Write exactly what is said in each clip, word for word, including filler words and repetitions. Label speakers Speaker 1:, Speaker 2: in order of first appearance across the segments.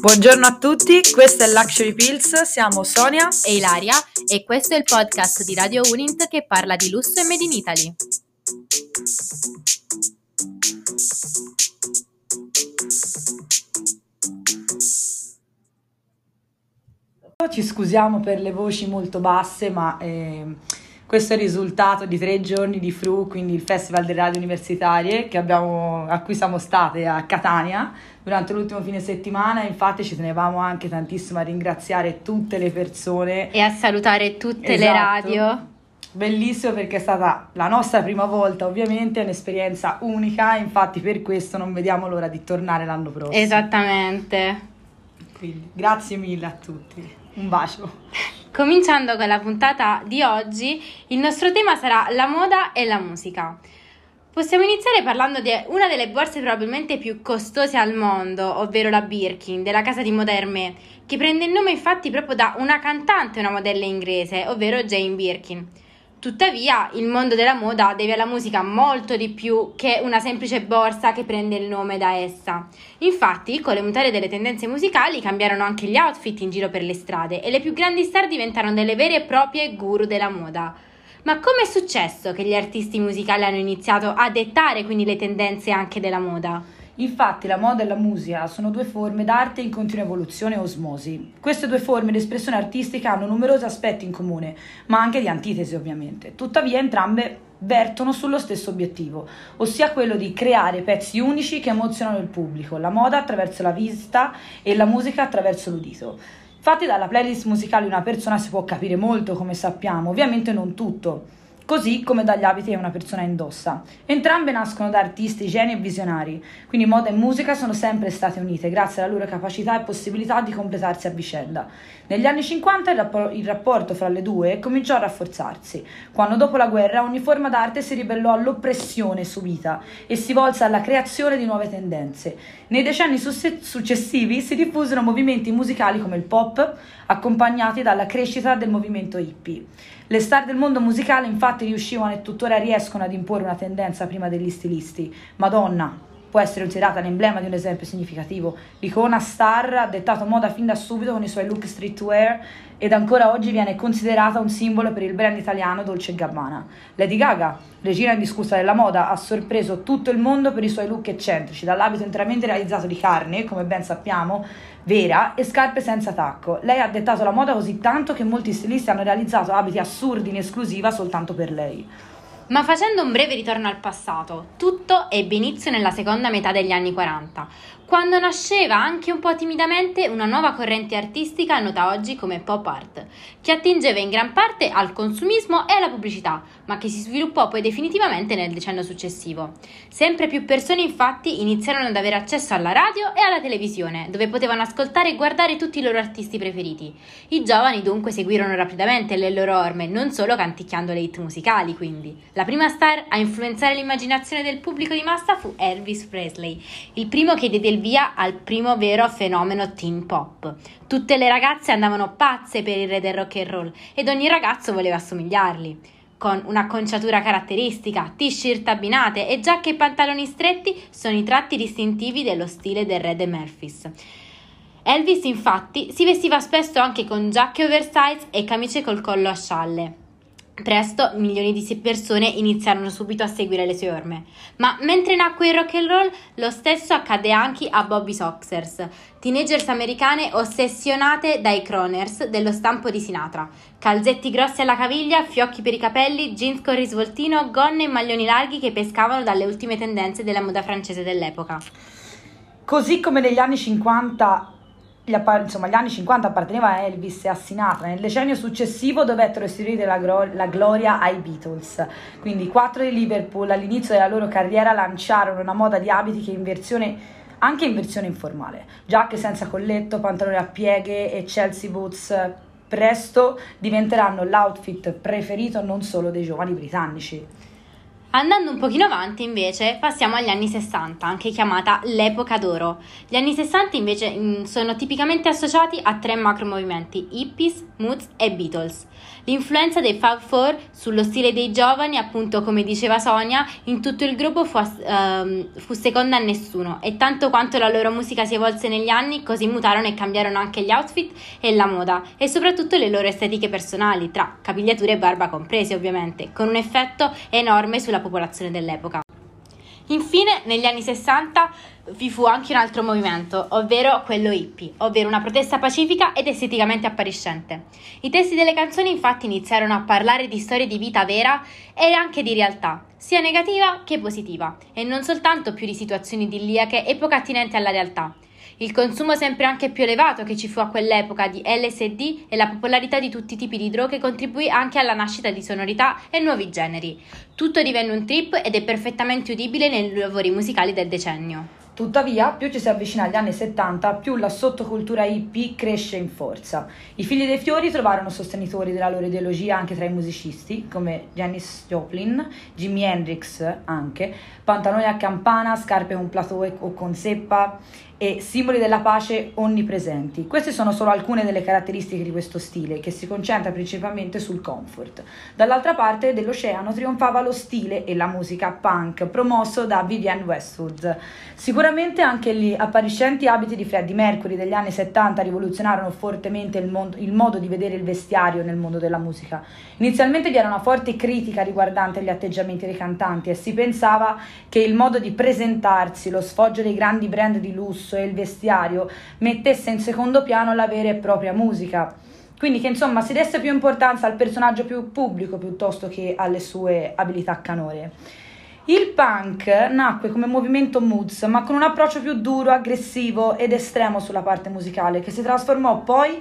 Speaker 1: Buongiorno a tutti, questo è Luxury Pills, siamo Sonia
Speaker 2: e Ilaria e questo è il podcast di Radio Unint che parla di lusso e Made in Italy.
Speaker 1: Ci scusiamo per le voci molto basse, ma eh, questo è il risultato di tre giorni di F R U, quindi il Festival delle Radio Universitarie che abbiamo, a cui siamo state a Catania durante l'ultimo fine settimana. Infatti ci tenevamo anche tantissimo a ringraziare tutte le persone
Speaker 2: e a salutare tutte
Speaker 1: esatto.
Speaker 2: le radio.
Speaker 1: Bellissimo, perché è stata la nostra prima volta, ovviamente è un'esperienza unica, infatti per questo non vediamo l'ora di tornare l'anno prossimo.
Speaker 2: Esattamente.
Speaker 1: Quindi grazie mille a tutti, un bacio.
Speaker 2: Cominciando con la puntata di oggi, il nostro tema sarà la moda e la musica. Possiamo iniziare parlando di una delle borse probabilmente più costose al mondo, ovvero la Birkin, della casa di moda Hermès, che prende il nome infatti proprio da una cantante e una modella inglese, ovvero Jane Birkin. Tuttavia, il mondo della moda deve alla musica molto di più che una semplice borsa che prende il nome da essa. Infatti, con le mutare delle tendenze musicali cambiarono anche gli outfit in giro per le strade e le più grandi star diventarono delle vere e proprie guru della moda. Ma come è successo che gli artisti musicali hanno iniziato a dettare quindi le tendenze anche della moda?
Speaker 1: Infatti la moda e la musica sono due forme d'arte in continua evoluzione e osmosi. Queste due forme di espressione artistica hanno numerosi aspetti in comune, ma anche di antitesi ovviamente. Tuttavia entrambe vertono sullo stesso obiettivo, ossia quello di creare pezzi unici che emozionano il pubblico, la moda attraverso la vista e la musica attraverso l'udito. Infatti dalla playlist musicale di una persona si può capire molto, come sappiamo, ovviamente non tutto, così come dagli abiti che una persona indossa. Entrambe nascono da artisti, geni e visionari, quindi moda e musica sono sempre state unite grazie alla loro capacità e possibilità di completarsi a vicenda. Negli anni cinquanta il, rappor- il rapporto fra le due cominciò a rafforzarsi, quando dopo la guerra ogni forma d'arte si ribellò all'oppressione subita e si volse alla creazione di nuove tendenze. Nei decenni susse- successivi si diffusero movimenti musicali come il pop, accompagnati dalla crescita del movimento hippie. Le star del mondo musicale infatti riuscivano e tuttora riescono ad imporre una tendenza prima degli stilisti. Madonna può essere considerata l'emblema di un esempio significativo. L'icona star ha dettato moda fin da subito con i suoi look streetwear ed ancora oggi viene considerata un simbolo per il brand italiano Dolce e Gabbana. Lady Gaga, regina indiscussa della moda, ha sorpreso tutto il mondo per i suoi look eccentrici, dall'abito interamente realizzato di carne, come ben sappiamo, vera, e scarpe senza tacco. Lei ha dettato la moda così tanto che molti stilisti hanno realizzato abiti assurdi in esclusiva soltanto per lei.
Speaker 2: Ma facendo un breve ritorno al passato, tutto ebbe inizio nella seconda metà degli anni quaranta, quando nasceva anche un po' timidamente una nuova corrente artistica nota oggi come pop art, che attingeva in gran parte al consumismo e alla pubblicità, ma che si sviluppò poi definitivamente nel decennio successivo. Sempre più persone infatti iniziarono ad avere accesso alla radio e alla televisione, dove potevano ascoltare e guardare tutti i loro artisti preferiti. I giovani dunque seguirono rapidamente le loro orme, non solo canticchiando le hit musicali quindi. La prima star a influenzare l'immaginazione del pubblico di massa fu Elvis Presley, il primo che diede il via al primo vero fenomeno teen pop. Tutte le ragazze andavano pazze per il re del rock and roll ed ogni ragazzo voleva assomigliargli. Con un'acconciatura caratteristica, t-shirt abbinate e giacche e pantaloni stretti sono i tratti distintivi dello stile del re de Memphis. Elvis infatti si vestiva spesso anche con giacche oversize e camicie col collo a scialle. Presto milioni di persone iniziarono subito a seguire le sue orme. Ma mentre nacque il rock and roll, lo stesso accadde anche a Bobby Soxers, teenagers americane ossessionate dai Croners dello stampo di Sinatra. Calzetti grossi alla caviglia, fiocchi per i capelli, jeans con risvoltino, gonne e maglioni larghi che pescavano dalle ultime tendenze della moda francese dell'epoca.
Speaker 1: Così come negli anni cinquanta Gli, insomma, gli anni cinquanta apparteneva a Elvis e a Sinatra, nel decennio successivo dovettero restituire la, gro- la gloria ai Beatles. Quindi i quattro di Liverpool all'inizio della loro carriera lanciarono una moda di abiti che in versione, anche in versione informale, giacche senza colletto, pantaloni a pieghe e Chelsea boots, presto diventeranno l'outfit preferito non solo dei giovani britannici.
Speaker 2: Andando un pochino avanti invece passiamo agli anni sessanta, anche chiamata l'epoca d'oro. Gli anni sessanta invece mh, sono tipicamente associati a tre macro movimenti: hippies, moods e Beatles. L'influenza dei Fab Four sullo stile dei giovani, appunto come diceva Sonia, in tutto il gruppo fu, uh, fu seconda a nessuno, e tanto quanto la loro musica si evolse negli anni, così mutarono e cambiarono anche gli outfit e la moda, e soprattutto le loro estetiche personali, tra capigliature e barba comprese ovviamente, con un effetto enorme sulla popolazione dell'epoca. Infine, negli anni sessanta vi fu anche un altro movimento, ovvero quello hippie, ovvero una protesta pacifica ed esteticamente appariscente. I testi delle canzoni infatti iniziarono a parlare di storie di vita vera e anche di realtà, sia negativa che positiva, e non soltanto più di situazioni idilliache e poco attinenti alla realtà. Il consumo sempre anche più elevato che ci fu a quell'epoca di L S D e la popolarità di tutti i tipi di droghe contribuì anche alla nascita di sonorità e nuovi generi. Tutto divenne un trip ed è perfettamente udibile nei lavori musicali del decennio.
Speaker 1: Tuttavia, più ci si avvicina agli anni settanta, più la sottocultura hippie cresce in forza. I figli dei fiori trovarono sostenitori della loro ideologia anche tra i musicisti, come Janis Joplin, Jimi Hendrix anche, pantaloni a campana, scarpe con plateau o con zeppa e simboli della pace onnipresenti. Queste sono solo alcune delle caratteristiche di questo stile, che si concentra principalmente sul comfort. Dall'altra parte dell'oceano trionfava lo stile e la musica punk, promosso da Vivienne Westwood. Sicuramente anche gli appariscenti abiti di Freddie Mercury degli anni settanta rivoluzionarono fortemente il, mondo, il modo di vedere il vestiario nel mondo della musica. Inizialmente vi era una forte critica riguardante gli atteggiamenti dei cantanti e si pensava che il modo di presentarsi, lo sfoggio dei grandi brand di lusso e il vestiario mettesse in secondo piano la vera e propria musica. Quindi che insomma si desse più importanza al personaggio più pubblico piuttosto che alle sue abilità canore. Il punk nacque come movimento moods, ma con un approccio più duro, aggressivo ed estremo sulla parte musicale, che si trasformò poi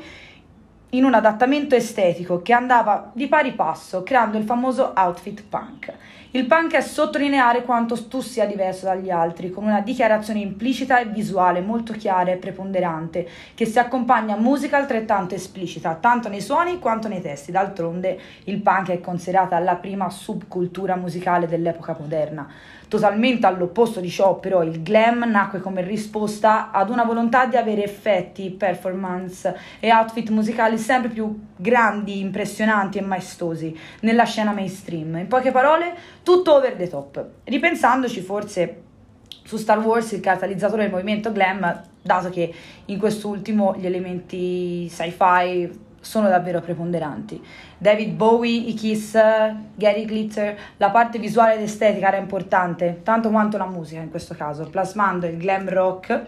Speaker 1: in un adattamento estetico che andava di pari passo, creando il famoso outfit punk. Il punk è sottolineare quanto tu sia diverso dagli altri, con una dichiarazione implicita e visuale molto chiara e preponderante, che si accompagna a musica altrettanto esplicita, tanto nei suoni quanto nei testi. D'altronde il punk è considerata la prima subcultura musicale dell'epoca moderna. Totalmente all'opposto di ciò, però, il glam nacque come risposta ad una volontà di avere effetti, performance e outfit musicali sempre più grandi, impressionanti e maestosi nella scena mainstream. In poche parole, tutto over the top. Ripensandoci, forse su Star Wars il catalizzatore del movimento glam, dato che in quest'ultimo gli elementi sci-fi sono davvero preponderanti. David Bowie, i Kiss, Gary Glitter, la parte visuale ed estetica era importante, tanto quanto la musica in questo caso, plasmando il glam rock.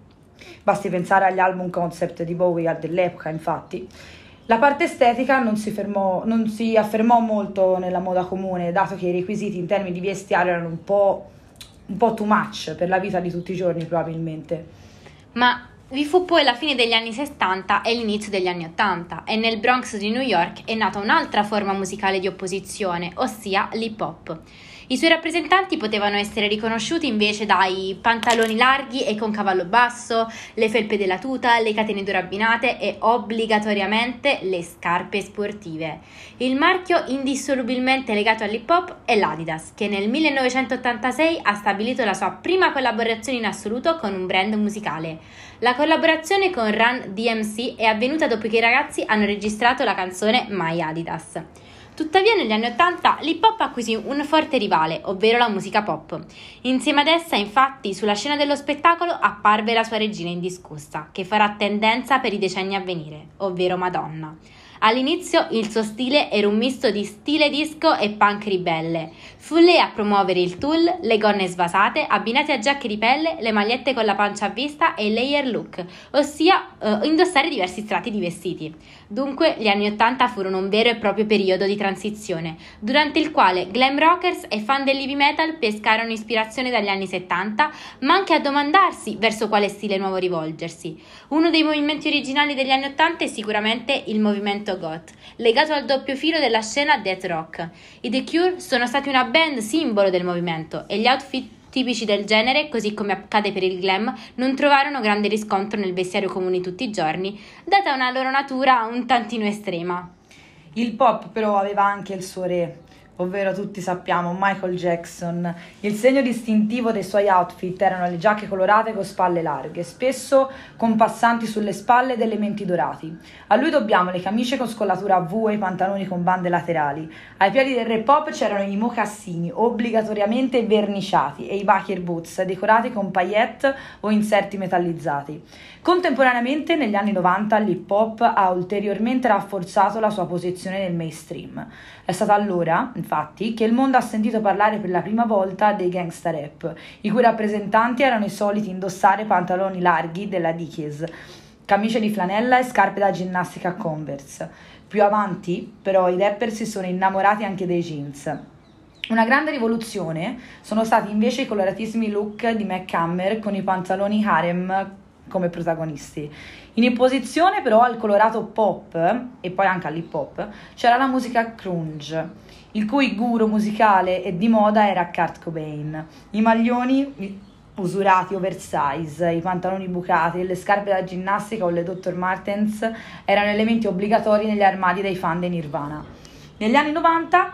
Speaker 1: Basti pensare agli album concept di Bowie dell'epoca, infatti. La parte estetica non si, fermò, non si affermò molto nella moda comune, dato che i requisiti in termini di vestiario erano un po', un po' too much per la vita di tutti i giorni, probabilmente.
Speaker 2: Ma vi fu poi la fine degli anni settanta e l'inizio degli anni ottanta, e nel Bronx di New York è nata un'altra forma musicale di opposizione, ossia l'hip hop. I suoi rappresentanti potevano essere riconosciuti invece dai pantaloni larghi e con cavallo basso, le felpe della tuta, le catene d'oro abbinate e obbligatoriamente le scarpe sportive. Il marchio indissolubilmente legato all'hip hop è l'Adidas, che nel millenovecentottantasei ha stabilito la sua prima collaborazione in assoluto con un brand musicale. La collaborazione con Run D M C è avvenuta dopo che i ragazzi hanno registrato la canzone My Adidas. Tuttavia negli anni ottanta l'hip hop acquisì un forte rivale, ovvero la musica pop. Insieme ad essa, infatti, sulla scena dello spettacolo apparve la sua regina indiscussa, che farà tendenza per i decenni a venire, ovvero Madonna. All'inizio il suo stile era un misto di stile disco e punk ribelle. Fu lei a promuovere il tulle, le gonne svasate, abbinate a giacche di pelle, le magliette con la pancia a vista e il layer look, ossia eh, indossare diversi strati di vestiti. Dunque gli anni ottanta furono un vero e proprio periodo di transizione, durante il quale glam rockers e fan dell'heavy metal pescarono ispirazione dagli anni settanta, ma anche a domandarsi verso quale stile nuovo rivolgersi. Uno dei movimenti originali degli anni ottanta è sicuramente il movimento goth, legato al doppio filo della scena death rock. I The Cure sono stati una band simbolo del movimento e gli outfit tipici del genere, così come accade per il glam, non trovarono grande riscontro nel vestiario comune di tutti i giorni, data una loro natura un tantino estrema.
Speaker 1: Il pop però aveva anche il suo re, ovvero tutti sappiamo Michael Jackson. Il segno distintivo dei suoi outfit erano le giacche colorate con spalle larghe, spesso con passanti sulle spalle ed elementi dorati. A lui dobbiamo le camicie con scollatura a V e i pantaloni con bande laterali. Ai piedi del rap pop c'erano i mocassini, obbligatoriamente verniciati, e i biker boots, decorati con paillette o inserti metallizzati. Contemporaneamente, negli anni novanta, l'hip hop ha ulteriormente rafforzato la sua posizione nel mainstream. È stato allora, infatti, che il mondo ha sentito parlare per la prima volta dei gangsta rap, i cui rappresentanti erano i soliti indossare pantaloni larghi della Dickies, camicie di flanella e scarpe da ginnastica Converse. Più avanti, però, i rapper si sono innamorati anche dei jeans. Una grande rivoluzione sono stati invece i coloratissimi look di Mac Hammer con i pantaloni harem come protagonisti. In opposizione però al colorato pop e poi anche all'hip hop c'era la musica grunge, il cui guru musicale e di moda era Kurt Cobain. I maglioni usurati oversize, i pantaloni bucati e le scarpe da ginnastica o le doctor Martens erano elementi obbligatori negli armadi dei fan dei Nirvana. Negli anni novanta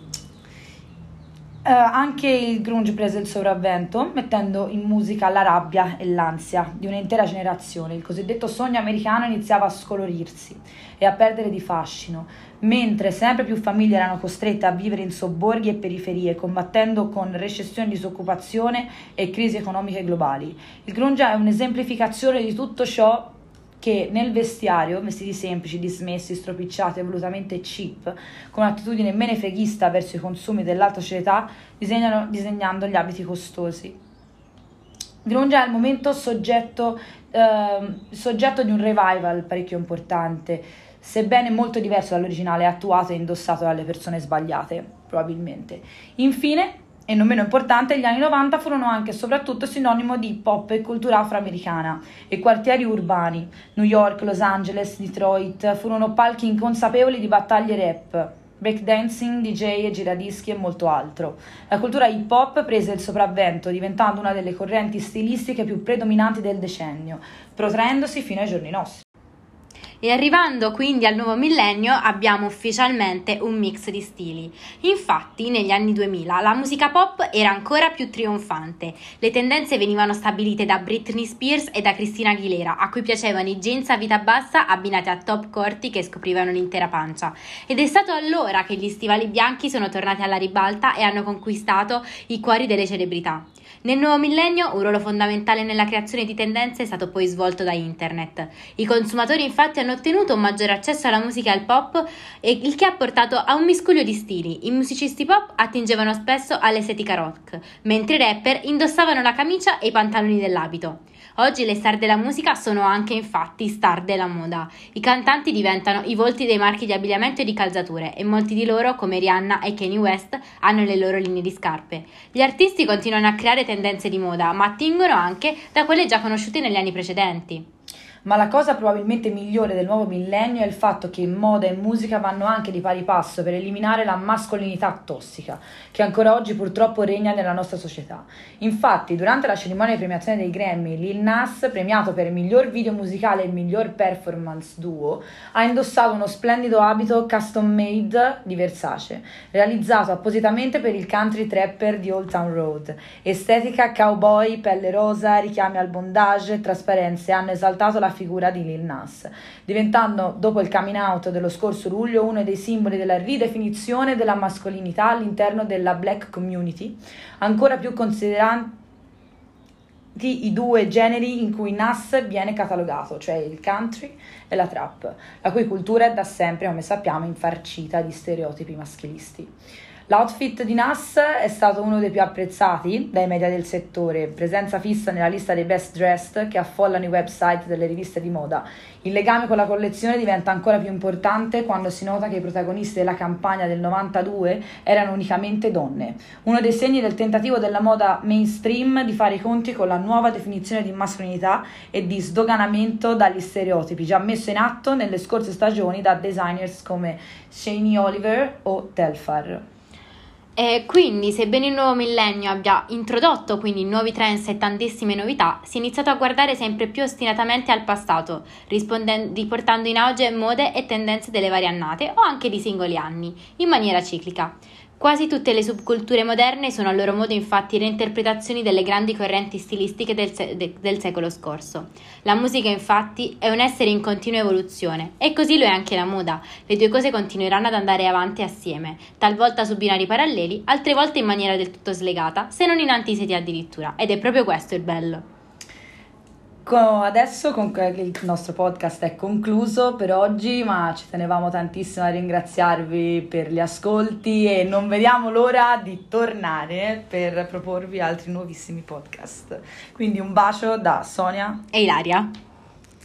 Speaker 1: Uh, anche il grunge prese il sopravvento, mettendo in musica la rabbia e l'ansia di un'intera generazione. Il cosiddetto sogno americano iniziava a scolorirsi e a perdere di fascino, mentre sempre più famiglie erano costrette a vivere in sobborghi e periferie, combattendo con recessione, disoccupazione e crisi economiche globali. Il grunge è un'esemplificazione di tutto ciò che nel vestiario, vestiti semplici, dismessi, stropicciati e volutamente cheap, con un'attitudine menefreghista verso i consumi dell'alta società, disegnano, disegnando gli abiti costosi. Grunge è al momento soggetto, eh, soggetto di un revival parecchio importante, sebbene molto diverso dall'originale, attuato e indossato dalle persone sbagliate, probabilmente. Infine, e non meno importante, gli anni novanta furono anche e soprattutto sinonimo di pop e cultura afroamericana e quartieri urbani. New York, Los Angeles, Detroit furono palchi inconsapevoli di battaglie rap, breakdancing, D J e giradischi e molto altro. La cultura hip hop prese il sopravvento, diventando una delle correnti stilistiche più predominanti del decennio, protraendosi fino ai giorni nostri.
Speaker 2: E arrivando quindi al nuovo millennio abbiamo ufficialmente un mix di stili. Infatti negli anni duemila la musica pop era ancora più trionfante. Le tendenze venivano stabilite da Britney Spears e da Christina Aguilera, a cui piacevano i jeans a vita bassa abbinati a top corti che scoprivano l'intera pancia. Ed è stato allora che gli stivali bianchi sono tornati alla ribalta e hanno conquistato i cuori delle celebrità. Nel nuovo millennio un ruolo fondamentale nella creazione di tendenze è stato poi svolto da internet. I consumatori infatti hanno ottenuto un maggiore accesso alla musica e al pop, il che ha portato a un miscuglio di stili. I musicisti pop attingevano spesso all'estetica rock, mentre i rapper indossavano la camicia e i pantaloni dell'abito. Oggi le star della musica sono anche infatti star della moda. I cantanti diventano i volti dei marchi di abbigliamento e di calzature e molti di loro, come Rihanna e Kanye West, hanno le loro linee di scarpe. Gli artisti continuano a creare tendenze di moda, ma attingono anche da quelle già conosciute negli anni precedenti.
Speaker 1: Ma la cosa probabilmente migliore del nuovo millennio è il fatto che moda e musica vanno anche di pari passo per eliminare la mascolinità tossica, che ancora oggi purtroppo regna nella nostra società. Infatti, durante la cerimonia di premiazione dei Grammy, Lil Nas, premiato per il miglior video musicale e il miglior performance duo, ha indossato uno splendido abito custom made di Versace, realizzato appositamente per il country trapper di Old Town Road. Estetica cowboy, pelle rosa, richiami al bondage e trasparenze hanno esaltato la figura di Lil Nas, diventando dopo il coming out dello scorso luglio uno dei simboli della ridefinizione della mascolinità all'interno della black community, ancora più consideranti i due generi in cui Nas viene catalogato, cioè il country e la trap, la cui cultura è da sempre, come sappiamo, infarcita di stereotipi maschilisti. L'outfit di Nas è stato uno dei più apprezzati dai media del settore, presenza fissa nella lista dei best dressed che affollano i website delle riviste di moda. Il legame con la collezione diventa ancora più importante quando si nota che i protagonisti della campagna del novantadue erano unicamente donne. Uno dei segni del tentativo della moda mainstream di fare i conti con la nuova definizione di mascolinità e di sdoganamento dagli stereotipi, già messo in atto nelle scorse stagioni da designers come Shani Oliver o Telfar.
Speaker 2: E quindi, sebbene il nuovo millennio abbia introdotto quindi nuovi trends e tantissime novità, si è iniziato a guardare sempre più ostinatamente al passato, riportando in auge mode e tendenze delle varie annate o anche di singoli anni, in maniera ciclica. Quasi tutte le subculture moderne sono a loro modo infatti reinterpretazioni delle grandi correnti stilistiche del, se- de- del secolo scorso. La musica infatti è un essere in continua evoluzione e così lo è anche la moda. Le due cose continueranno ad andare avanti assieme, talvolta su binari paralleli, altre volte in maniera del tutto slegata, se non in antitesi addirittura, ed è proprio questo il bello.
Speaker 1: Adesso con il nostro podcast è concluso per oggi, ma ci tenevamo tantissimo a ringraziarvi per gli ascolti e non vediamo l'ora di tornare per proporvi altri nuovissimi podcast. Quindi un bacio da Sonia
Speaker 2: E Ilaria.